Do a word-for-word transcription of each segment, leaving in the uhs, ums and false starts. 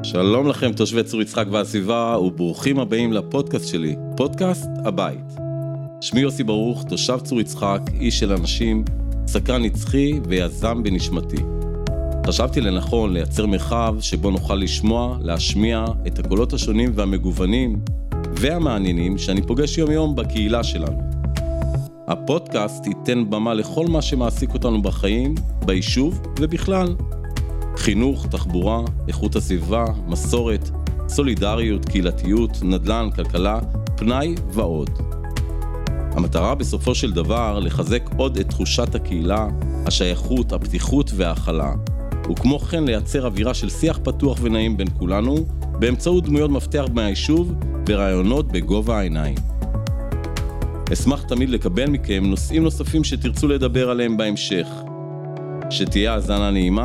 שלום לכם תושבי צור יצחק והסביבה, וברוכים הבאים לפודקאסט שלי, פודקאסט הבית. שמי יוסי ברוך, תושב צור יצחק, איש של אנשים, סקרן נצחי ויזם בנשמתי. חשבתי לנכון לייצר מרחב שבו נוכל לשמוע, להשמיע את הקולות השונים והמגוונים והמעניינים שאני פוגש יום יום בקהילה שלנו. הפודקאסט ייתן במה לכל מה שמעסיק אותנו בחיים, ביישוב ובכלל. חינוך, תחבורה, איכות הסביבה, מסורת, סולידריות, קהילתיות, נדל"ן, כלכלה, פנאי ועוד. המטרה בסופו של דבר לחזק עוד את תחושת הקהילה, השייכות, הפתיחות וההכלה, וכמו כן לייצר אווירה של שיח פתוח ונעים בין כולנו, באמצעות דמויות מפתח מהיישוב ורעיונות בגובה העיניים. אשמח תמיד לקבל מכם נושאים נוספים שתרצו לדבר עליהם בהמשך. שתהיה האזנה נעימה.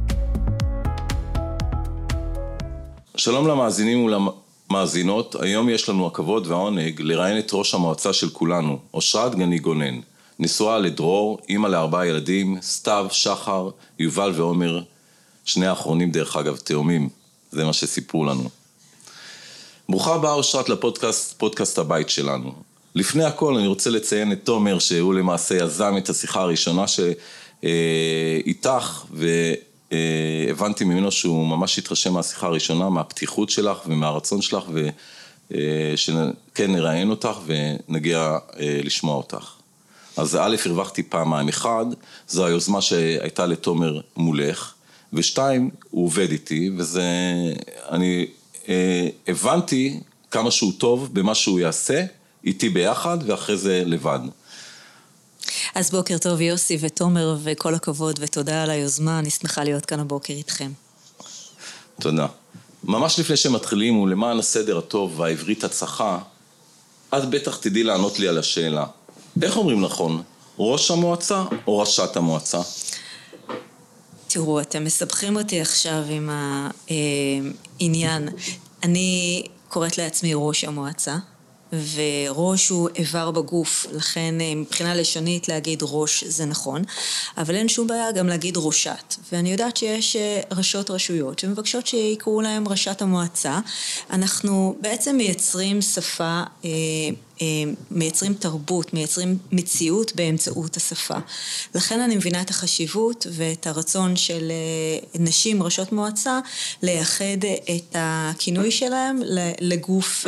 שלום למאזינים ולמאזינות, היום יש לנו הכבוד והעונג לראיין את ראש המועצה של כולנו, אושרת גני גונן, נשואה לדרור, אמא לארבעה ילדים, סתיו, שחר, יובל ועומר, שני האחרונים דרך אגב תאומים, זה מה שסיפרו לנו. ברוכה הבאה אושרת לפודקאסט, פודקאסט הבית שלנו. לפני הכל אני רוצה לציין את תומר שהוא למעשה יזם את השיחה הראשונה שאיתך ו... הבנתי ממנו שהוא ממש התרשם מהשיחה הראשונה, מהפתיחות שלך ומהרצון שלך, ושכן נראיין אותך ונגיע לשמוע אותך. אז א', הרווחתי פעמיים. אחד, זו היוזמה שהייתה לתומר מולך, ושתיים, הוא עובד איתי, וזה, אני הבנתי כמה שהוא טוב במה שהוא יעשה, איתי ביחד, ואחרי זה לבד. אז בוקר טוב יוסי ותומר, וכל הכבוד ותודה על היוזמה, אני שמחה להיות כאן הבוקר איתכם. תודה. ממש לפני שמתחילים, ולמען הסדר הטוב והעברית הצחה, את בטח תדעי לענות לי על השאלה. איך אומרים נכון? ראש המועצה או ראשת המועצה? תראו, אתם מסבכים אותי עכשיו עם העניין. אני קוראת לעצמי ראש המועצה. וראש הוא איבר בגוף, לכן מבחינה לשונית להגיד ראש זה נכון, אבל אין שום בעיה גם להגיד ראשת, ואני יודעת שיש ראשות רשויות שמבקשות שיקראו להם ראשת המועצה. אנחנו בעצם מייצרים שפה, מייצרים תרבות, מייצרים מציאות באמצעות השפה. לכן אני מבינה את החשיבות ואת הרצון של נשים ראשות מועצה לייחד את הכינוי שלהם לגוף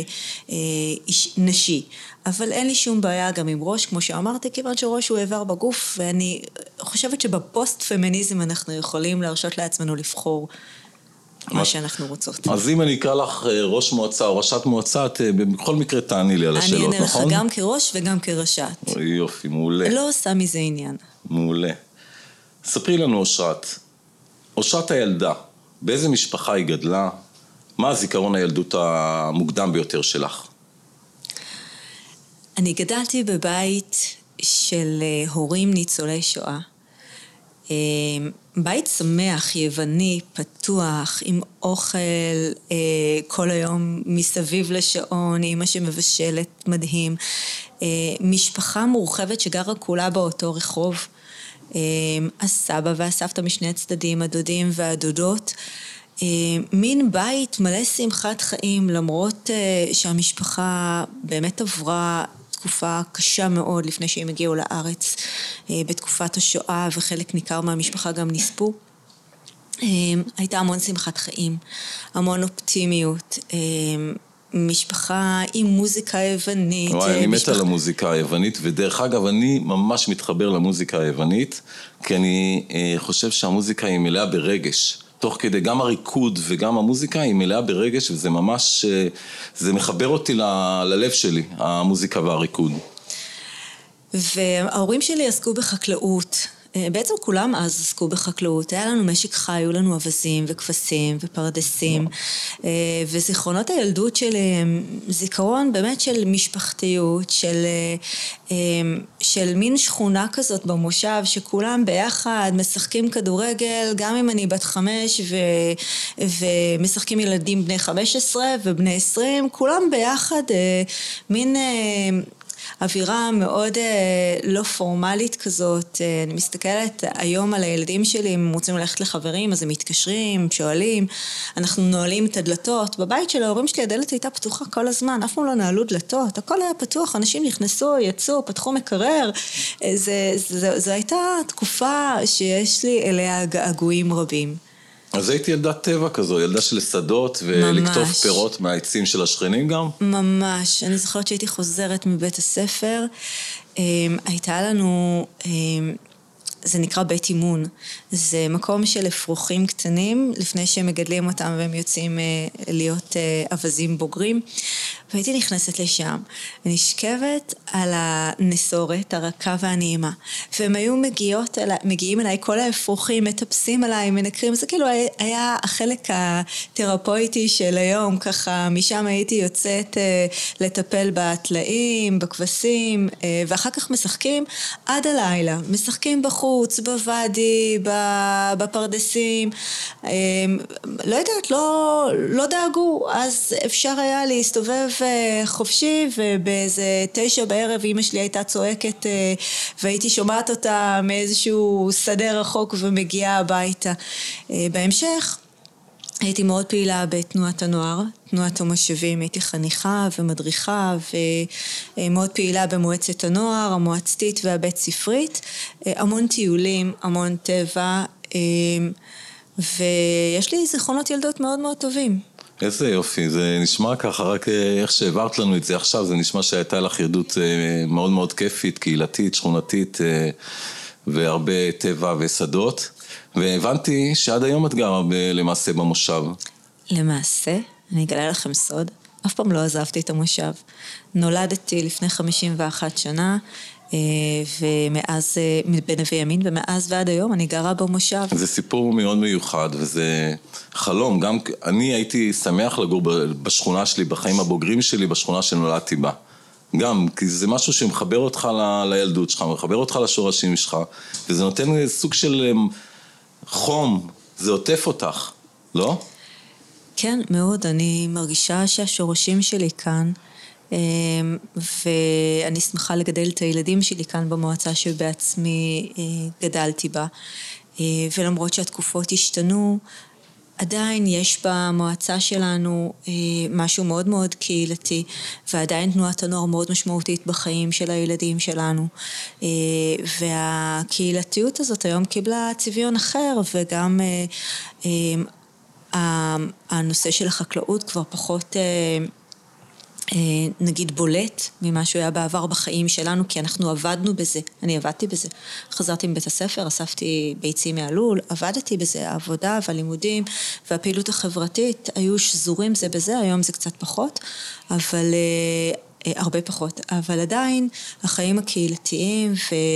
נשי. אבל אין לי שום בעיה גם עם ראש, כמו שאמרתי, כיוון שראש הוא איבר בגוף, ואני חושבת שבפוסט פמיניזם אנחנו יכולים להרשות לעצמנו לבחור מה שאנחנו רוצות. אז אם אני אקרא לך ראש מועצה או ראשת מועצה, את בכל מקרה תעני לי על השאלות, נכון? אני אענה לך גם כראש וגם כראשת. יופי, מעולה. לא עושה מזה עניין. מעולה. ספרי לנו אושרת, אושרת הילדה, באיזה משפחה היא גדלה? מה הזיכרון הילדות המוקדם ביותר שלך? אני גדלתי בבית של הורים ניצולי שואה. בית שמח, יווני, פתוח, עם אוכל כל היום מסביב לשעון, אמא שמבשלת מדהים. משפחה מורחבת שגרה כולה באותו רחוב. הסבא והסבתא משני הצדדים, הדודים והדודות. מין בית מלא שמחת חיים, למרות שהמשפחה באמת עברה תקופה קשה מאוד לפני שהם הגיעו לארץ בתקופת השואה, וחלק ניכר מהמשפחה גם נספו. הייתה המון שמחת חיים, המון אופטימיות, משפחה עם מוזיקה יוונית. וואי, אני משפח... מת על המוזיקה היוונית, ודרך אגב אני ממש מתחבר למוזיקה היוונית, כי אני חושב שהמוזיקה היא מלאה ברגש. תוך כדי גם הריקוד וגם המוזיקה היא מלאה ברגש, וזה ממש, זה מחבר אותי ל, ללב שלי, המוזיקה והריקוד. וההורים שלי עסקו בחקלאות, בעצם כולם אז עסקו בחקלאות, היה לנו משק חי, היו לנו אבזים וכבשים ופרדסים, וזיכרונות הילדות שלי הם זיכרון באמת של משפחתיות, של, של מין שכונה כזאת במושב, שכולם ביחד משחקים כדורגל, גם אם אני בת חמש ו, ומשחקים ילדים בני חמש עשרה ובני עשרים, כולם ביחד, מין... אווירה מאוד לא פורמלית כזאת. אני מסתכלת היום על הילדים שלי, הם רוצים ללכת לחברים, אז הם מתקשרים, שואלים, אנחנו נועלים את הדלתות. בבית של ההורים שלי הדלת הייתה פתוחה כל הזמן, אף פעם לא נעלו דלתות, הכל היה פתוח, אנשים נכנסו, יצאו, פתחו מקרר. זה, זה, זו הייתה תקופה שיש לי אליה געגועים רבים. אז הייתי ילדת טבע כזו, ילדה של שדות ולקטוף פירות מהעצים של השכנים גם? ממש, אני זוכרת שהייתי חוזרת מבית הספר, הייתה לנו, זה נקרא בית אימון, זה מקום של אפרוחים קטנים, לפני שהם מגדלים אותם והם יוצאים להיות אבזים בוגרים, והייתי נכנסת לשם, ונשכבת על הנסורת, הרכה והנעימה, והם היו מגיעות, מגיעים אליי, כל האפרוחים מטפסים עליי, מנקרים, זה כאילו היה החלק התרפויטי של היום, ככה משם הייתי יוצאת לטפל בתלאים, בכבשים, ואחר כך משחקים עד הלילה, משחקים בחוץ, בוואדי, בפרדסים, לא יודעת, לא, לא דאגו, אז אפשר היה להסתובב חופשי, ובאיזה תשע בערב אמא שלי הייתה צועקת, והייתי שומעת אותה מאיזשהו שדה רחוק ומגיעה הביתה. בהמשך, הייתי מאוד פעילה בתנועת הנוער, תנועת המושבים, הייתי חניכה ומדריכה, ומאוד פעילה במועצת הנוער, המועצתית והבית ספרית, המון טיולים, המון טבע, ויש לי זיכרונות ילדות מאוד מאוד טובים. איזה יופי, זה נשמע ככה, רק איך שהעברת לנו את זה עכשיו, זה נשמע שהייתה לך ילדות מאוד מאוד כיפית, קהילתית, שכונתית, והרבה טבע ושדות, והבנתי שעד היום את גרה למעשה במושב. למעשה, אני אגלה לכם סוד, אף פעם לא עזבתי את המושב. נולדתי לפני חמישים ואחת שנה, ומאז, בנווה ימין, ומאז ועד היום אני גרה במושב. זה סיפור מאוד מיוחד, וזה חלום. גם אני הייתי שמח לגור בשכונה שלי, בחיים הבוגרים שלי, בשכונה שנולדתי בה. גם, כי זה משהו שמחבר אותך ל- לילדות שלך, מחבר אותך לשורשים שלך, וזה נותן סוג של חום, זה עוטף אותך, לא? כן, מאוד. אני מרגישה שהשורשים שלי כאן, ואני שמחה לגדל את הילדים שלי כאן במועצה שבעצמי גדלתי בה, ולמרות שהתקופות השתנו, עדיין יש במועצה שלנו משהו מאוד מאוד קהילתי, ועדיין תנועת הנוער מאוד משמעותית בחיים של הילדים שלנו, והקהילתיות הזאת היום קיבלה צביון אחר, וגם הנושא של החקלאות כבר פחות נגיד בולט ממה שהוא היה בעבר בחיים שלנו, כי אנחנו עבדנו בזה, אני עבדתי בזה, חזרתי מבית הספר, אספתי ביצים מהלול, עבדתי בזה, העבודה והלימודים והפעילות החברתית היו שזורים זה בזה, היום זה קצת פחות, אבל הרבה פחות, אבל עדיין החיים הקהילתיים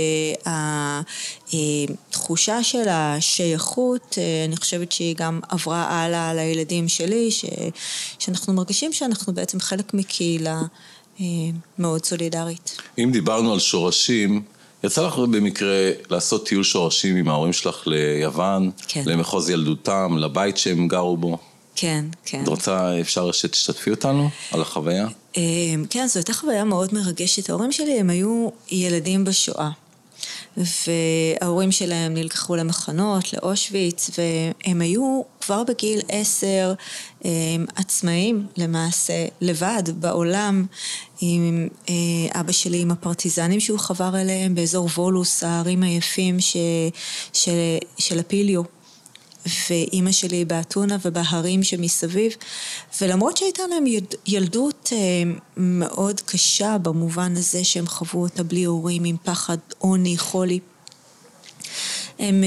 והתחושה של השייכות, אני חושבת שהיא גם עברה הלאה לילדים שלי, ש... שאנחנו מרגישים שאנחנו בעצם חלק מקהילה מאוד סולידרית. אם דיברנו על שורשים, יצא לך במקרה לעשות טיול שורשים עם ההורים שלך ליוון, כן. למחוז ילדותם, לבית שהם גרו בו? כן, כן. את רוצה, אפשר שתשתפי אותנו על החוויה? כן, זו הייתה חוויה מאוד מרגשת. ההורים שלי הם היו ילדים בשואה, וההורים שלהם נלקחו למחנות, לאושוויץ, והם היו כבר בגיל עשר עצמאים למעשה, לבד בעולם, עם אבא שלי עם הפרטיזנים שהוא חבר אליהם באזור וולוס, הערים היפים ש, של, של הפיליו. ואימא שלי באתונה ובהרים שמסביב, ולמרות שהייתה להם ילדות מאוד קשה במובן הזה שהם חוו אותה בלי הורים, עם פחד, עוני, חולי, הם,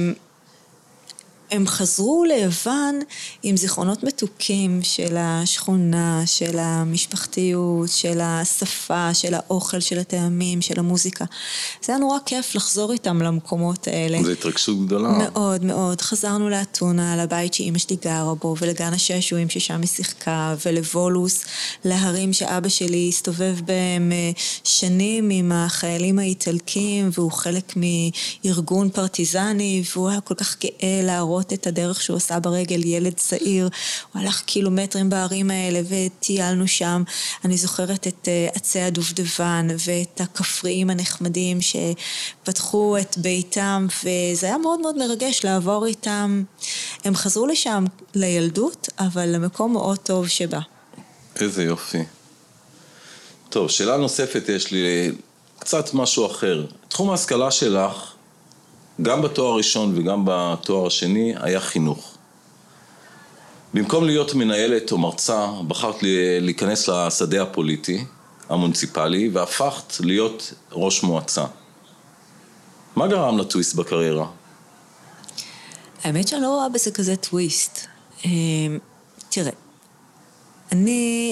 הם חזרו ליוון עם זיכרונות מתוקים של השכונה, של המשפחתיות, של השפה, של האוכל, של הטעמים, של המוזיקה. זה היה נורא כיף לחזור איתם למקומות האלה. זה התרגשות גדולה. מאוד מאוד. חזרנו לאתונה, לבית שאמא שלי גרה בו, ולגן השעשועים ששם היא שיחקה, ולוולוס, להרים שאבא שלי הסתובב בהם שנים עם החיילים האיטלקים, והוא חלק מארגון פרטיזני, והוא היה כל כך גאה להראות לראות את הדרך שהוא עשה ברגל, ילד צעיר, הוא הלך קילומטרים בערים האלה וטיילנו שם. אני זוכרת את עצי הדובדבן ואת הכפריים הנחמדים שפתחו את ביתם, וזה היה מאוד מאוד מרגש לעבור איתם. הם חזרו לשם לילדות, אבל למקום מאוד טוב שבא. איזה יופי. טוב, שאלה נוספת יש לי קצת משהו אחר. תחום ההשכלה שלך, גם בתואר הראשון וגם בתואר השני, היה חינוך. במקום להיות מנהלת או מרצה, בחרת להיכנס לשדה הפוליטי, המוניציפלי, והפכת להיות ראש מועצה. מה גרם לטוויסט בקריירה? האמת שאני לא רואה בזה כזה טוויסט. תראה, אני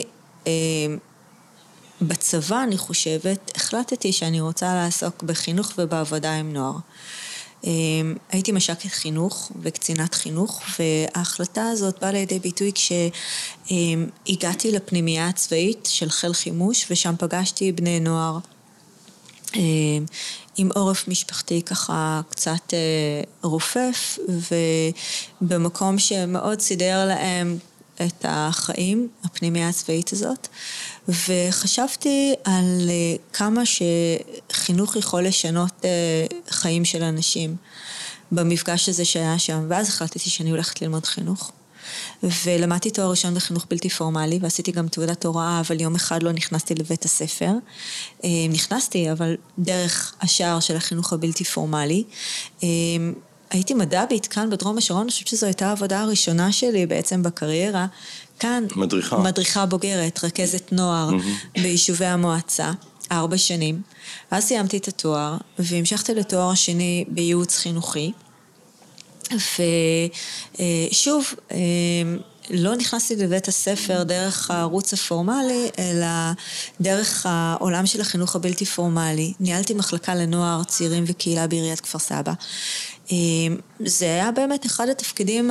בצבא, אני חושבת, החלטתי שאני רוצה לעסוק בחינוך ובעבודה עם נוער. הייתי מש"קית חינוך וקצינת חינוך, וההחלטה הזאת באה לידי ביטוי כשהגעתי לפנימייה הצבאית של חיל חימוש, ושם פגשתי בני נוער עם עורף משפחתי ככה קצת רופף, ובמקום שמאוד סידר להם את החיים, הפנימייה הצבאית הזאת, וחשבתי על כמה שחינוך יכול לשנות חיים של אנשים במפגש הזה שהיה שם, ואז החלטתי שאני הולכת ללמוד חינוך. ולמדתי תואר ראשון בחינוך בלתי פורמלי, ועשיתי גם תעודת הוראה, אבל יום אחד לא נכנסתי לבית הספר. נכנסתי, אבל דרך השער של החינוך הבלתי פורמלי. הייתי מד"בית כאן בדרום השרון, אני חושבת שזו הייתה העבודה הראשונה שלי בעצם בקריירה. כאן מדריכה. מדריכה בוגרת, רכזת נוער mm-hmm. ביישובי המועצה, ארבע שנים. אז סיימתי את התואר, והמשכתי לתואר השני בייעוץ חינוכי. ושוב, לא נכנסתי לבית הספר דרך הערוץ הפורמלי, אלא דרך העולם של החינוך הבלתי פורמלי. ניהלתי מחלקה לנוער, צעירים וקהילה בעיריית כפר סבא. זה היה באמת אחד התפקידים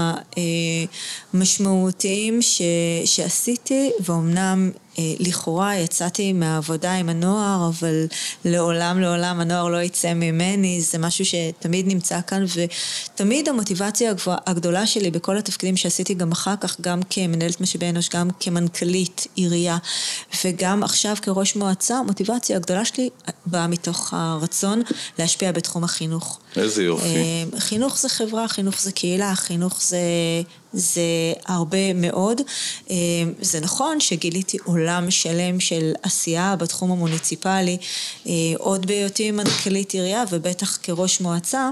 המשמעותיים ש... שעשיתי, ואומנם לכאורה יצאתי מהעבודה עם הנוער, אבל לעולם לעולם הנוער לא יצא ממני, זה משהו שתמיד נמצא כאן, ותמיד המוטיבציה הגדולה שלי בכל התפקידים שעשיתי גם אחר כך, גם כמנהלת משאבי אנוש, גם כמנכ"לית עירייה, וגם עכשיו כראש מועצה, המוטיבציה הגדולה שלי באה מתוך הרצון להשפיע בתחום החינוך. איזה יופי. חינוך זה חברה, חינוך זה קהילה, חינוך זה, זה הרבה מאוד. זה נכון שגיליתי עולם שלם של עשייה בתחום המוניציפלי, עוד בהיותי מנכ"לית עירייה ובטח כראש מועצה,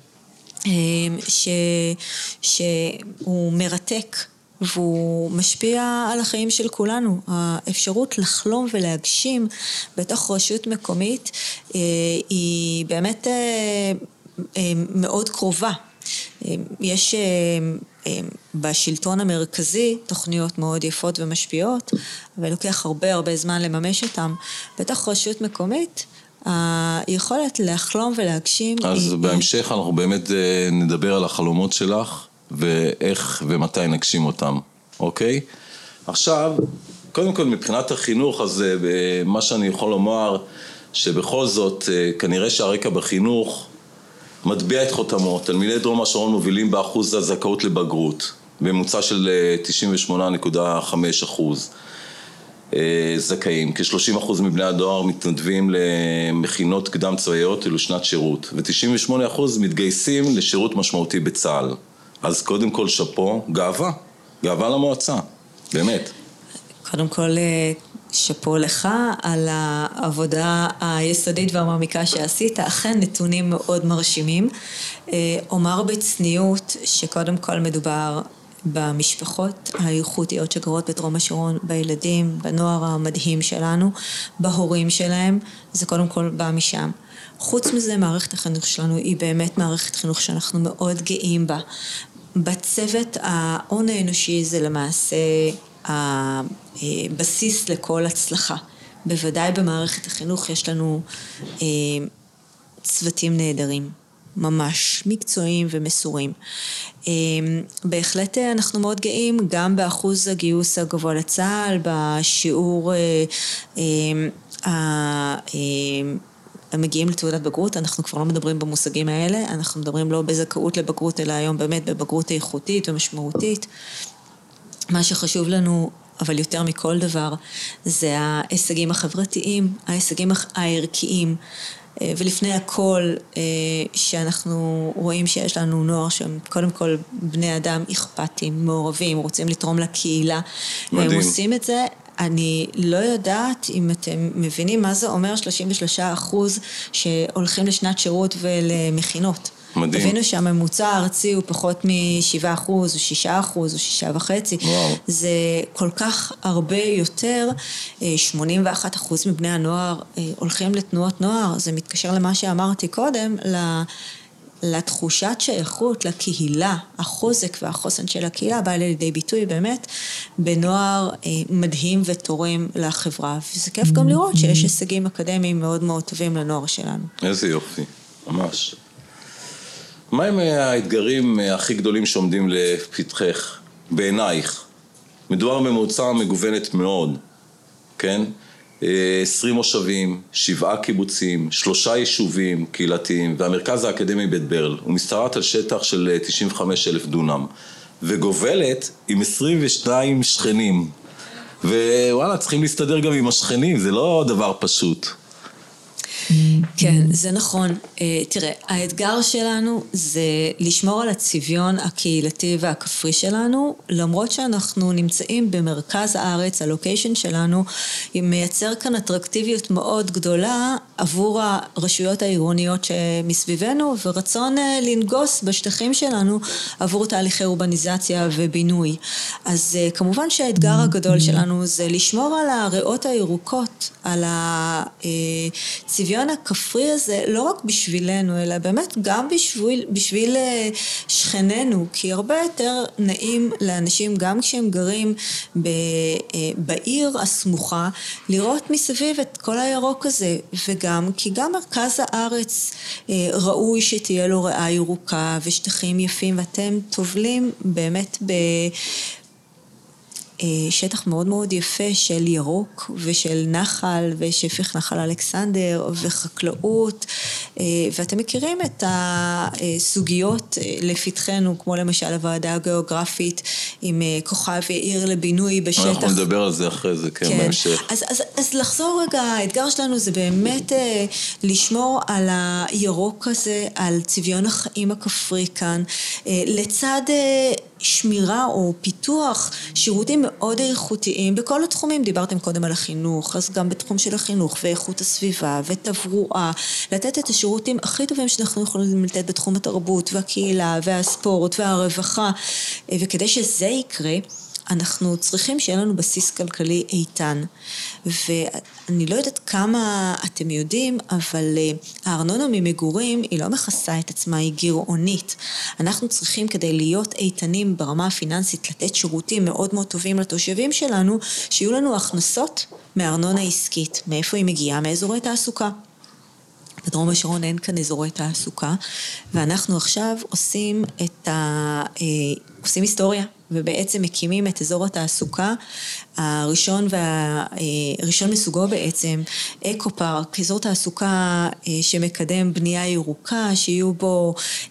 ש, שהוא מרתק והוא משפיע על החיים של כולנו. האפשרות לחלום ולהגשים בתוך רשות מקומית היא באמת מאוד קרובה. יש בשלטון המרכזי תוכניות מאוד יפות ומשפיעות, אבל לוקח הרבה הרבה זמן לממש אותם. בתוך רשות מקומית, היכולת לחלום ולהגשים... אז היא... בהמשך אנחנו באמת נדבר על החלומות שלך, ואיך ומתי נגשים אותם, אוקיי? עכשיו, קודם כל מבחינת החינוך, אז מה שאני יכול לומר, שבכל זאת, כנראה שהרקע בחינוך, מטביע את חותמו. תלמידי דרום השרון מובילים באחוז הזכאות לבגרות, בממוצע של תשעים ושמונה נקודה חמש אחוז זכאים. כ-שלושים אחוז מבני הדואר מתנדבים למכינות קדם צבאיות ולשנת שירות, ו-תשעים ושמונה אחוז מתגייסים לשירות משמעותי בצה"ל. אז קודם כל שפו, גאווה, גאווה למועצה, באמת. קודם כל שפו לך על העבודה היסודית והמעמיקה שעשית, אכן נתונים מאוד מרשימים. אומר בצניעות שקודם כל מדובר במשפחות האיכותיות שגרות בדרום השרון, בילדים, בנוער המדהים שלנו, בהורים שלהם, זה קודם כל בא משם. חוץ מזה, מערכת החינוך שלנו היא באמת מערכת חינוך שאנחנו מאוד גאים בה. בצוות ההון האנושי זה למעשה הבסיס לכל הצלחה. בוודאי במערכת החינוך יש לנו צוותים נהדרים, ממש מקצועיים ומסורים. בהחלט אנחנו מאוד גאים גם באחוז הגיוס הגבוה לצה"ל, בשיעור מגיעים לתעודת בגרות, אנחנו כבר לא מדברים במושגים האלה, אנחנו מדברים לא בזכאות לבגרות, אלא היום באמת בבגרות איכותית ומשמעותית. מה שחשוב לנו, אבל יותר מכל דבר, זה ההישגים החברתיים, ההישגים הערכיים, ולפני הכל שאנחנו רואים שיש לנו נוער שהם קודם כל בני אדם אכפתיים, מעורבים, רוצים לתרום לקהילה, מדהים. והם עושים את זה. אני לא יודעת אם אתם מבינים מה זה אומר שלושים ושלושה אחוז שהולכים לשנת שירות ולמכינות. מדהים. תבינו שהממוצע הארצי הוא פחות מ-שבעה אחוז או שישה אחוז או שישה וחצי. וואו. זה כל כך הרבה יותר, שמונים ואחד אחוז מבני הנוער הולכים לתנועות נוער. זה מתקשר למה שאמרתי קודם, לתחושת שייכות, לקהילה, החוזק והחוסן של הקהילה, בא לידי ביטוי באמת בנוער מדהים ותורם לחברה. וזה כיף גם לראות שיש הישגים אקדמיים מאוד מאוד טובים לנוער שלנו. איזה יופי, ממש. מה הם האתגרים הכי גדולים שעומדים לפתחך, בעינייך? מדובר בממוצע מגוונת מאוד, כן? עשרים מושבים, שבעה קיבוצים, שלושה יישובים קהילתיים, והמרכז האקדמי בית ברל. הוא משתרעת על שטח של תשעים וחמישה אלף דונם, וגובלת עם עשרים ושניים שכנים. ווואלה, צריכים להסתדר גם עם השכנים, זה לא דבר פשוט. כן, זה נכון. תראה, האתגר שלנו זה לשמור על הצביון הקהילתי והכפרי שלנו, למרות שאנחנו נמצאים במרכז הארץ, הלוקיישן שלנו, היא מייצר כאן אטרקטיביות מאוד גדולה עבור הרשויות העירוניות שמסביבנו, ורצון לנגוס בשטחים שלנו עבור תהליכי אורבניזציה ובינוי. אז כמובן שהאתגר הגדול שלנו זה לשמור על הריאות הירוקות, על הצביון הכפרי הזה, לא רק בשבילנו, אלא באמת גם בשביל, בשביל שכנינו, כי הרבה יותר נעים לאנשים, גם כשהם גרים ב, בעיר הסמוכה, לראות מסביב את כל הירוק הזה, וגם, כי גם מרכז הארץ ראוי שתהיה לו ריאה ירוקה ושטחים יפים, ואתם טובלים באמת ב... שטח מאוד מאוד יפה של ירוק ושל נחל ושפך נחל אלכסנדר וחקלאות, ואתם מכירים את הסוגיות לפתחנו, כמו למשל הוועדה הגיאוגרפית עם כוכב עיר לבינוי בשטח. אנחנו נדבר על זה אחרי זה, כן, כן. בהמשך. אז, אז, אז לחזור רגע, האתגר שלנו זה באמת לשמור על הירוק הזה, על צביון החיים הכפרי כאן, לצד שמירה או פיתוח שירותים מאוד איכותיים בכל התחומים. דיברתם קודם על החינוך, אז גם בתחום של החינוך ואיכות הסביבה ותברואה, לתת את השירותים הכי טובים שאנחנו יכולים לתת בתחום התרבות והקהילה והספורט והרווחה, וכדי שזה יקרה אנחנו צריכים שיהיה לנו בסיס כלכלי איתן. ואני לא יודעת כמה אתם יודעים, אבל הארנונה ממגורים היא לא מכסה את עצמה, היא גירעונית. אנחנו צריכים כדי להיות איתנים ברמה הפיננסית, לתת שירותים מאוד מאוד טובים לתושבים שלנו, שיהיו לנו הכנסות מארנונה עסקית. מאיפה היא מגיעה? מאזורי תעסוקה. בדרום השרון אין כאן אזורי תעסוקה, ואנחנו עכשיו עושים את ה... עושים היסטוריה, ובעצם מקימים את אזור התעסוקה הראשון והראשון מסוגו בעצם, אקו פארק, אזור תעסוקה שמקדם בנייה ירוקה, שיהיו בו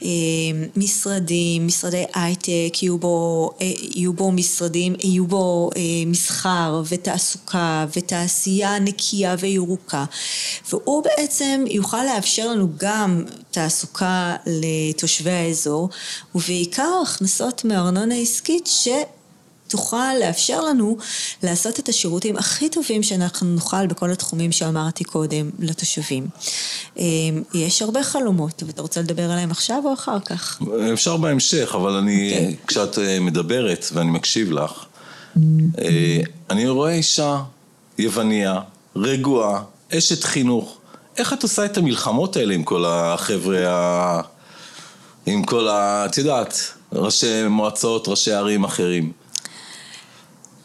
משרדים, משרדי הייטק, יהיו בו, יהיו בו משרדים, יהיו בו מסחר ותעסוקה ותעשייה נקייה וירוקה, והוא בעצם יוכל לאפשר לנו גם תעסוקה לתושבי האזור, ובעיקר הכנסות מארנונה עסקית שתוכל לאפשר לנו לעשות את השירותים הכי טובים שאנחנו נוכל בכל התחומים שאמרתי קודם לתושבים. יש הרבה חלומות, ואתה רוצה לדבר עליהם עכשיו או אחר כך? אפשר בהמשך, אבל אני, okay. כשאת מדברת ואני מקשיב לך, אני רואה אישה יווניה, רגועה, אשת חינוך. איך את עושה את המלחמות האלה עם כל החבר'ה, ה... עם כל ה... את יודעת, ראשי מועצות, ראשי ערים אחרים?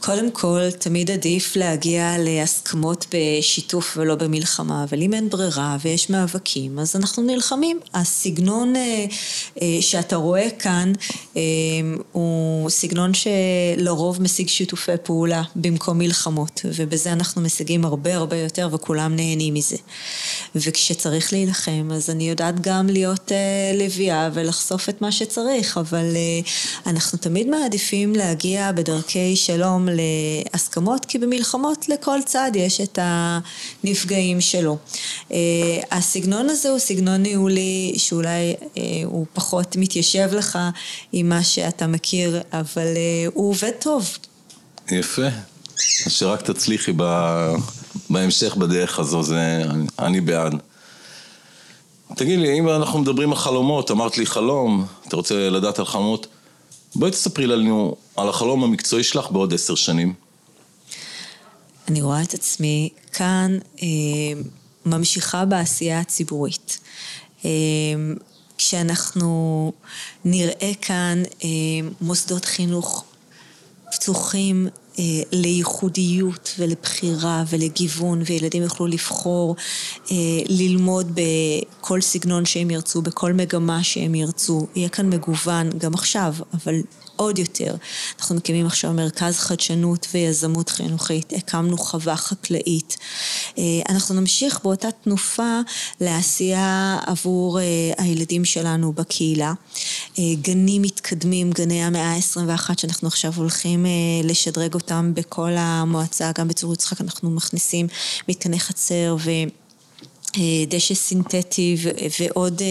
קודם כל, תמיד עדיף להגיע להסכמות בשיתוף ולא במלחמה, אבל אם אין ברירה ויש מאבקים, אז אנחנו נלחמים. הסגנון אה, אה, שאתה רואה כאן, אה, הוא סגנון שלרוב משיג שיתופי פעולה במקום מלחמות, ובזה אנחנו משיגים הרבה הרבה יותר וכולם נהנים מזה. וכשצריך להילחם, אז אני יודעת גם להיות אה, לביאה ולחשוף את מה שצריך, אבל אה, אנחנו תמיד מעדיפים להגיע בדרכי שלום להסכמות, כי במלחמות לכל צד יש את הנפגעים שלו. הסגנון הזה הוא סגנון ניהולי שאולי הוא פחות מתיישב לך עם מה שאתה מכיר, אבל הוא עובד טוב. יפה. שרק תצליחי בהמשך בדרך הזו, זה אני בעד. תגיד לי, אם אנחנו מדברים על חלומות, אמרת לי חלום, אתה רוצה לדעת על חלומות, בואי תספרי לנו על החלום המקצועי שלך בעוד עשר שנים. אני רואה את עצמי כאן אה, ממשיכה בעשייה הציבורית. אה, כשאנחנו נראה כאן אה, מוסדות חינוך פתוחים אה, לייחודיות ולבחירה ולגיוון, וילדים יוכלו לבחור אה, ללמוד בכל סגנון שהם ירצו, בכל מגמה שהם ירצו. יהיה כאן מגוון גם עכשיו, אבל עוד יותר. אנחנו מקימים עכשיו מרכז חדשנות ויזמות חינוכית, הקמנו חווה חקלאית. אנחנו נמשיך באותה תנופה לעשייה עבור הילדים שלנו בקהילה. גנים מתקדמים, גני המאה ה-עשרים ואחת, שאנחנו עכשיו הולכים לשדרג אותם בכל המועצה, גם בצור יצחק אנחנו מכניסים מתקני חצר ו... דשא סינתטי ועוד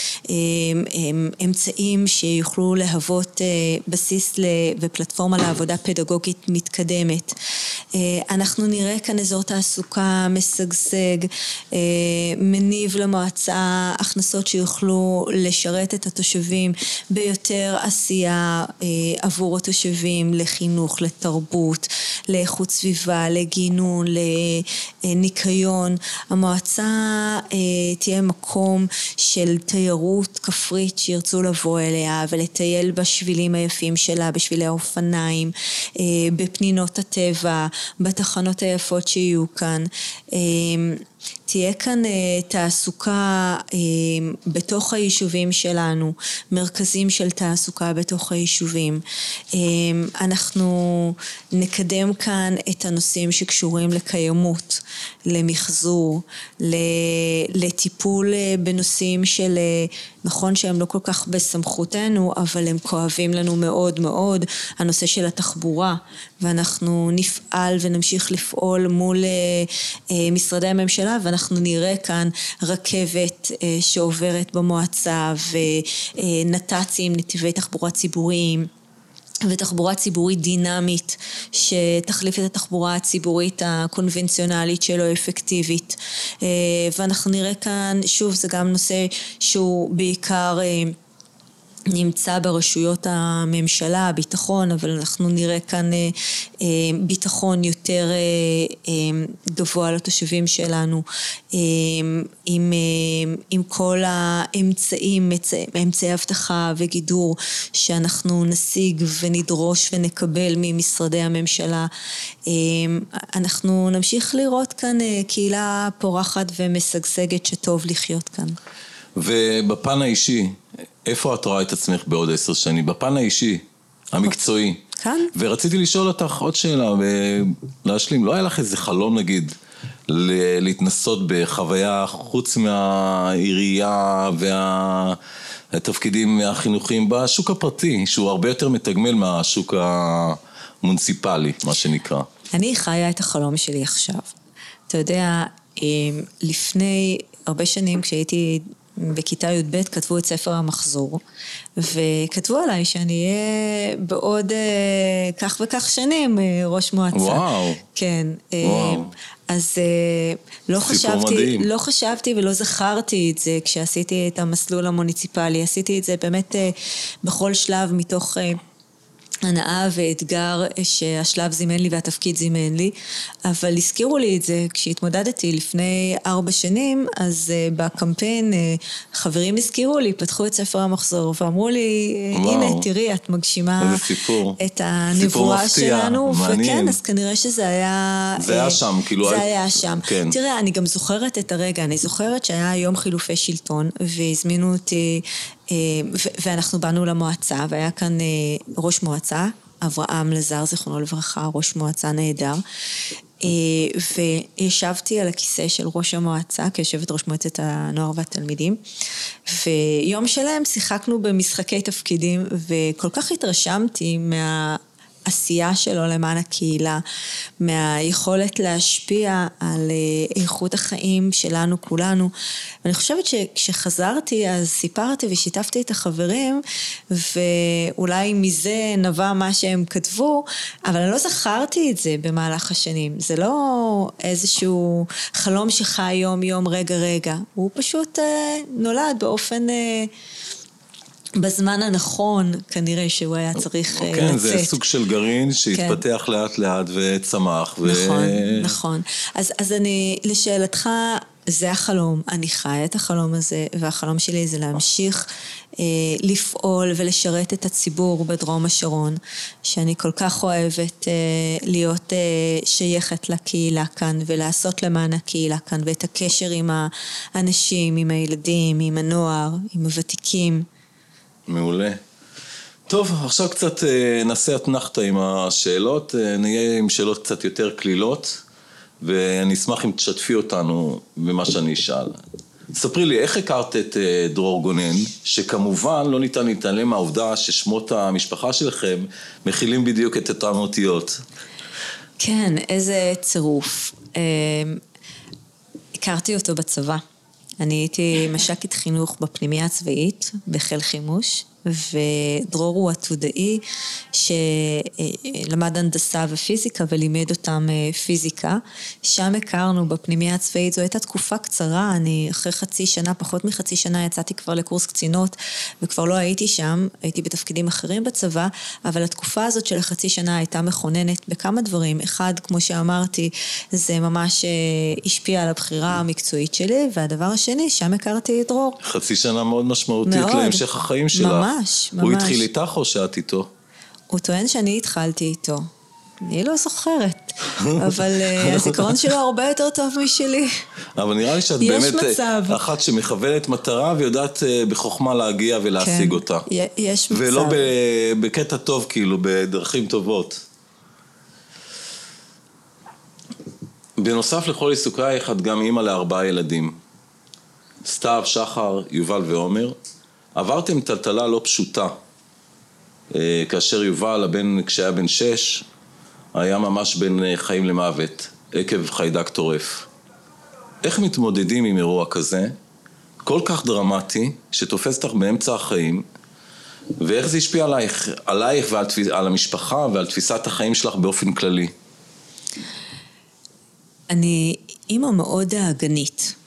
אמצעים שיוכלו להוות בסיס ופלטפורמה לעבודה פדגוגית מתקדמת. אנחנו נראה כאן אזור תעסוקה משגשג, מניב למועצה הכנסות שיוכלו לשרת את התושבים ביותר עשייה עבור התושבים, לחינוך, לתרבות, לאיכות סביבה, לגינון, לניקיון. המועצה תהיה מקום של תיירות כפרית שירצו לבוא אליה ולטייל בשבילים היפים שלה, בשבילי האופניים, בפנינות הטבע, בתחנות היפות שיהיו כאן. תהיה כאן תעסוקה בתוך היישובים שלנו, מרכזים של תעסוקה בתוך היישובים. אנחנו נקדם כאן את הנושאים שקשורים לקיימות, למחזור, לטיפול בנושאים של, נכון שהם לא כל כך בסמכותנו, אבל הם כואבים לנו מאוד מאוד, הנושא של התחבורה, ואנחנו נפעל ונמשיך לפעול מול משרדי הממשלה, ואנחנו נראה כאן רכבת שעוברת במועצה, ונת"צים, נתיבי תחבורה ציבוריים, ותחבורה ציבורית דינמית שתחליף את התחבורה הציבורית הקונבנציונלית שלא אפקטיבית. ואנחנו נראה כאן, שוב, זה גם נושא שהוא בעיקר נמצא ברשויות הממשלה, ביטחון, אבל אנחנו נראה כאן ביטחון יותר גבוה לתושבים שלנו, עם, עם כל האמצעים, אמצעי הבטחה וגידור שאנחנו נשיג ונדרוש ונקבל ממשרדי הממשלה. אנחנו נמשיך לראות כאן קהילה פורחת ומשגשגת שטוב לחיות כאן. ובפן האישי, איפה את רואה את עצמך בעוד עשר שנים? בפן האישי, המקצועי. כאן. ורציתי לשאול אותך עוד שאלה ולהשלים. לא היה לך איזה חלום נגיד להתנסות בחוויה חוץ מהעירייה והתפקידים החינוכיים בשוק הפרטי, שהוא הרבה יותר מתגמל מהשוק המוניציפלי, מה שנקרא. אני חיה את החלום שלי עכשיו. אתה יודע, לפני הרבה שנים כשהייתי בכיתה י' ב' כתבו את ספר המחזור, וכתבו עליי שאני אהיה בעוד אה, כך וכך שנים אה, ראש מועצה. וואו. כן. וואו. אה, אז אה, לא חשבתי, לא חשבתי ולא זכרתי את זה כשעשיתי את המסלול המוניציפלי. עשיתי את זה באמת אה, בכל שלב מתוך... אה, הנאה ואתגר שהשלב זימן לי והתפקיד זימן לי, אבל הזכירו לי את זה כשהתמודדתי לפני ארבע שנים, אז uh, בקמפיין uh, חברים הזכירו לי, פתחו את ספר המחזור ואמרו לי, הנה תראי את מגשימה את הנבואה שלנו, מעניין. וכן, אז כנראה שזה היה... זה היה שם, כאילו... זה היה שם. כן. תראה, אני גם זוכרת את הרגע, אני זוכרת שהיה יום חילופי שלטון, והזמינו אותי, ואנחנו באנו למועצה, והיה כאן ראש מועצה, אברהם לזר, זיכרונו לברכה, ראש מועצה נהדר, וישבתי על הכיסא של ראש המועצה, כיושבת ראש מועצת הנוער והתלמידים, ויום שלהם שיחקנו במשחקי תפקידים, וכל כך התרשמתי מה... עשייה שלו למען הקהילה, מהיכולת להשפיע על איכות החיים שלנו כולנו. ואני חושבת שכשחזרתי אז סיפרתי ושיתפתי את החברים, ואולי מזה נבע מה שהם כתבו, אבל אני לא זכרתי את זה במהלך השנים. זה לא איזשהו חלום שחי יום יום רגע רגע, הוא פשוט נולד באופן... בזמן הנכון, כנראה שהוא היה צריך לצאת. כן, זה סוג של גרעין שהתפתח לאט לאט וצמח. נכון, נכון. אז אני, לשאלתך, זה החלום. אני חיה את החלום הזה, והחלום שלי זה להמשיך לפעול ולשרת את הציבור בדרום השרון, שאני כל כך אוהבת להיות שייכת לקהילה כאן, ולעשות למען הקהילה כאן, ואת הקשר עם האנשים, עם הילדים, עם הנוער, עם הוותיקים. מעולה. טוב, עכשיו קצת נעשה אתנחתא עם השאלות, נהיה עם שאלות קצת יותר כלילות, ואני אשמח אם תשתפי אותנו במה שאני אשאל. ספרי לי, איך הכרת את דרור גונן, שכמובן לא ניתן להתעלם מהעובדה ששמות המשפחה שלכם מכילים בדיוק את אותן אותיות. כן, איזה צירוף. הכרתי אותו בצבא. אני הייתי מש"קית חינוך בפנימייה הצבאית, בחיל חימוש, ודרור הוא עתודאי שלמד הנדסה ופיזיקה ולימד אותם פיזיקה. שם הכרנו בפנימייה הצבאית, זו הייתה תקופה קצרה, אני אחרי חצי שנה, פחות מחצי שנה, יצאתי כבר לקורס קצינות, וכבר לא הייתי שם, הייתי בתפקידים אחרים בצבא, אבל התקופה הזאת של החצי שנה הייתה מכוננת בכמה דברים. אחד, כמו שאמרתי, זה ממש השפיע על הבחירה המקצועית שלי, והדבר השני, שם הכרתי את דרור. חצי שנה מאוד משמעותית מאוד. להמשך החיים שלך. ממש, ממש. הוא התחיל איתך או שאת איתו? הוא טוען שאני התחלתי איתו. אני לא זוכרת, אבל הזיכרון שלו הרבה יותר טוב משלי. אבל נראה לי שאת באמת אחת שמכוונת מטרה ויודעת בחוכמה להגיע ולהשיג אותה. יש מצב. ולא בקטע טוב, כאילו, בדרכים טובות. בנוסף לכל עיסוקייך, את גם אימא לארבעה ילדים. סתיו, שחר, יובל ועומר. עברתם טלטלה לא פשוטה. כאשר יובל, הבן, כשהיה בן שש, היה ממש בין חיים למוות, עקב חיידק טורף. איך מתמודדים עם אירוע כזה, כל כך דרמטי, שתופס אותך באמצע החיים, ואיך זה השפיע עלייך, עלייך ועל על המשפחה ועל תפיסת החיים שלך באופן כללי? אני אימא מאוד דאגנית,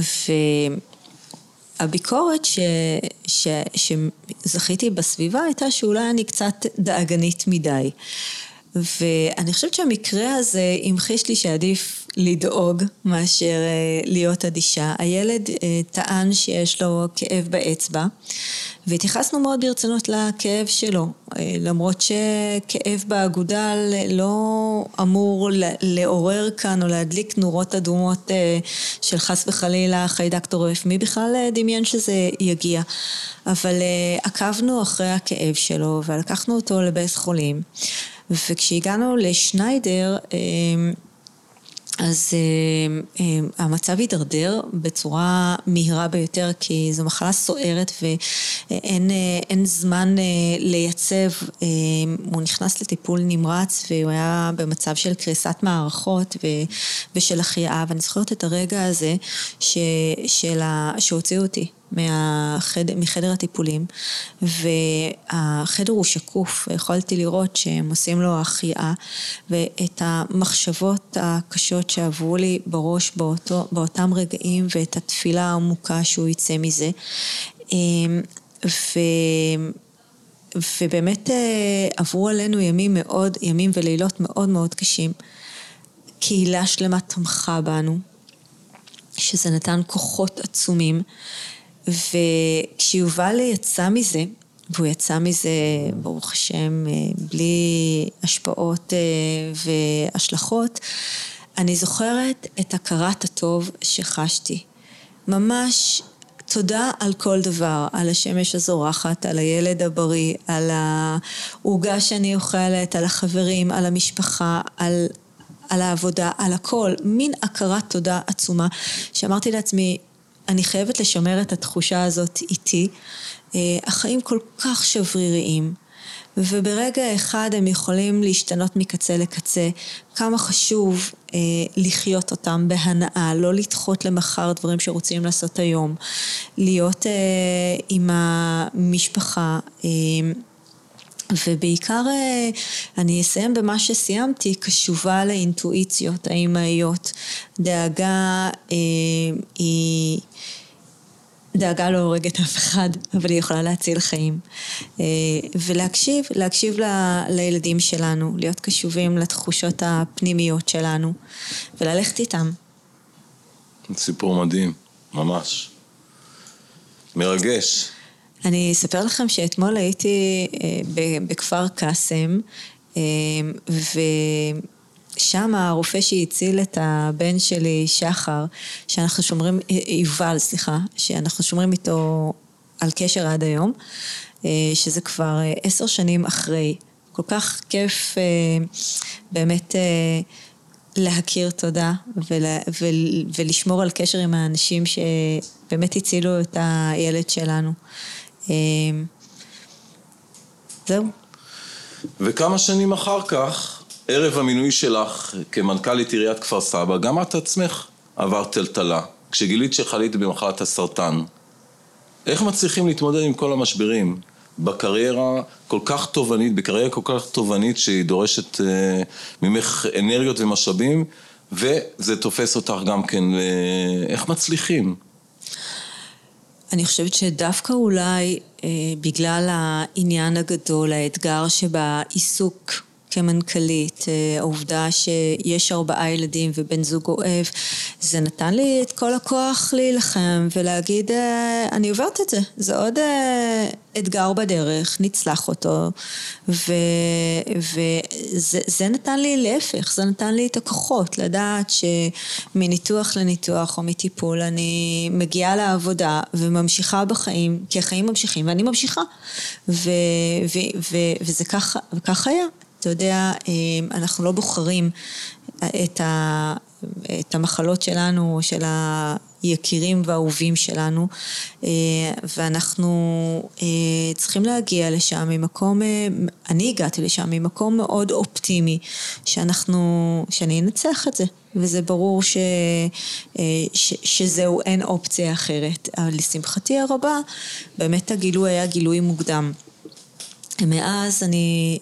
והביקורת ש... ש... שזכיתי בסביבה הייתה שאולי אני קצת דאגנית מדי. ואני חושבת שהמקרה הזה המחיש לי שעדיף לדאוג מאשר להיות אדישה. הילד טען שיש לו כאב באצבע, והתייחסנו מאוד ברצינות לכאב שלו, למרות שכאב באגודל לא אמור לעורר כאן או להדליק נורות אדומות של חס וחלילה חיידק טורף. מי בכלל דמיין שזה יגיע? אבל עקבנו אחרי הכאב שלו ולקחנו אותו לבית חולים. וכשהגענו לשניידר, אז המצב הידרדר בצורה מהירה ביותר, כי זו מחלה סוערת ואין אין זמן לייצב. הוא נכנס לטיפול נמרץ והוא היה במצב של קריסת מערכות ושל החייאה, ואני זוכרת את הרגע הזה שהוציאו אותי מהחדר, מחדר הטיפולים, והחדר הוא שקוף, ויכולתי לראות שהם עושים לו החייאה, ואת המחשבות הקשות שעברו לי בראש באותו, באותם רגעים, ואת התפילה העמוקה שהוא יצא מזה. ו... ובאמת עברו עלינו ימים מאוד, ימים ולילות מאוד מאוד קשים. קהילה שלמה תמכה בנו, שזה נתן כוחות עצומים, וכשיובל יצא מזה, והוא יצא מזה, ברוך השם, בלי השפעות והשלכות, אני זוכרת את הכרת הטוב שחשתי. ממש תודה על כל דבר, על השמש הזורחת, על הילד הבריא, על העוגה שאני אוכלת, על החברים, על המשפחה, על, על העבודה, על הכל. מין הכרת תודה עצומה, שאמרתי לעצמי, אני חייבת לשמר את התחושה הזאת איתי. החיים כל כך שבריריים, וברגע אחד הם יכולים להשתנות מקצה לקצה. כמה חשוב אה, לחיות אותם בהנאה, לא לדחות למחר דברים שרוצים לעשות היום, להיות אה, עם המשפחה, אה, ובעיקר אה, אני אסיים במה שסיימתי, קשובה לאינטואיציות האימהיות. דאגה אה, היא... דאגה לא הורגת אף אחד, אבל היא יכולה להציל חיים. ולהקשיב, להקשיב ל, לילדים שלנו, להיות קשובים לתחושות הפנימיות שלנו, וללכת איתם. סיפור מדהים, ממש. מרגש. אני אספר לכם שאתמול הייתי בכפר קאסם, ו... שם הרופא שהציל את הבן שלי, שחר, שאנחנו שומרים, יובל, סליחה, שאנחנו שומרים איתו על קשר עד היום, שזה כבר עשר שנים אחרי. כל כך כיף באמת להכיר תודה ולשמור על קשר עם האנשים שבאמת הצילו את הילד שלנו. זהו. וכמה שנים אחר כך, ערב המינוי שלך כמנכ"לית עיריית כפר סבא, גם את עצמך עברת טלטלה, כשגילית שחלית במחלת הסרטן. איך מצליחים להתמודד עם כל המשברים? בקריירה כל כך תובנית, בקריירה כל כך תובנית שהיא דורשת אה, ממך אנרגיות ומשאבים, וזה תופס אותך גם כן, אה, איך מצליחים? אני חושבת שדווקא אולי אה, בגלל העניין הגדול, האתגר שבעיסוק כמנכ"לית, העובדה שיש ארבעה ילדים ובן זוג אוהב, זה נתן לי את כל הכוח להילחם ולהגיד, אני עוברת את זה, זה עוד אתגר בדרך, נצלח אותו, וזה נתן לי להפך, זה נתן לי את הכוחות, לדעת שמניתוח לניתוח או מטיפול, אני מגיעה לעבודה וממשיכה בחיים, כי החיים ממשיכים ואני ממשיכה, וזה ככה, וכך היה. אתה יודע, אנחנו לא בוחרים את, ה, את המחלות שלנו, של היקירים והאהובים שלנו, ואנחנו צריכים להגיע לשם ממקום, אני הגעתי לשם ממקום מאוד אופטימי, שאנחנו, שאני אנצח את זה, וזה ברור ש, ש, שזהו אין אופציה אחרת, אבל לשמחתי הרבה, באמת הגילוי היה גילוי מוקדם. מאז אני